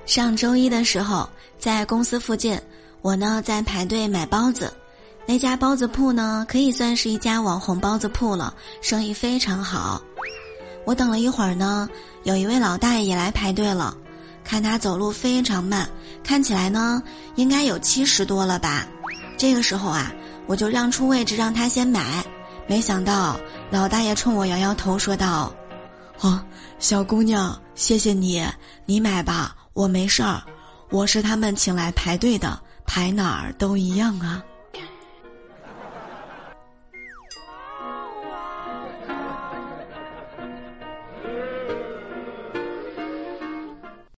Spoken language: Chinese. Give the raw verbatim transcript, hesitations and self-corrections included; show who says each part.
Speaker 1: 上周一的时候，在公司附近，我呢在排队买包子。那家包子铺呢，可以算是一家网红包子铺了，生意非常好。我等了一会儿呢，有一位老大爷也来排队了，看他走路非常慢，看起来呢应该有七十多了吧。这个时候啊，我就让出位置让他先买，没想到老大爷冲我摇摇头说道：哦，小姑娘，谢谢你，你买吧，我没事儿，我是他们请来排队的，排哪儿都一样啊。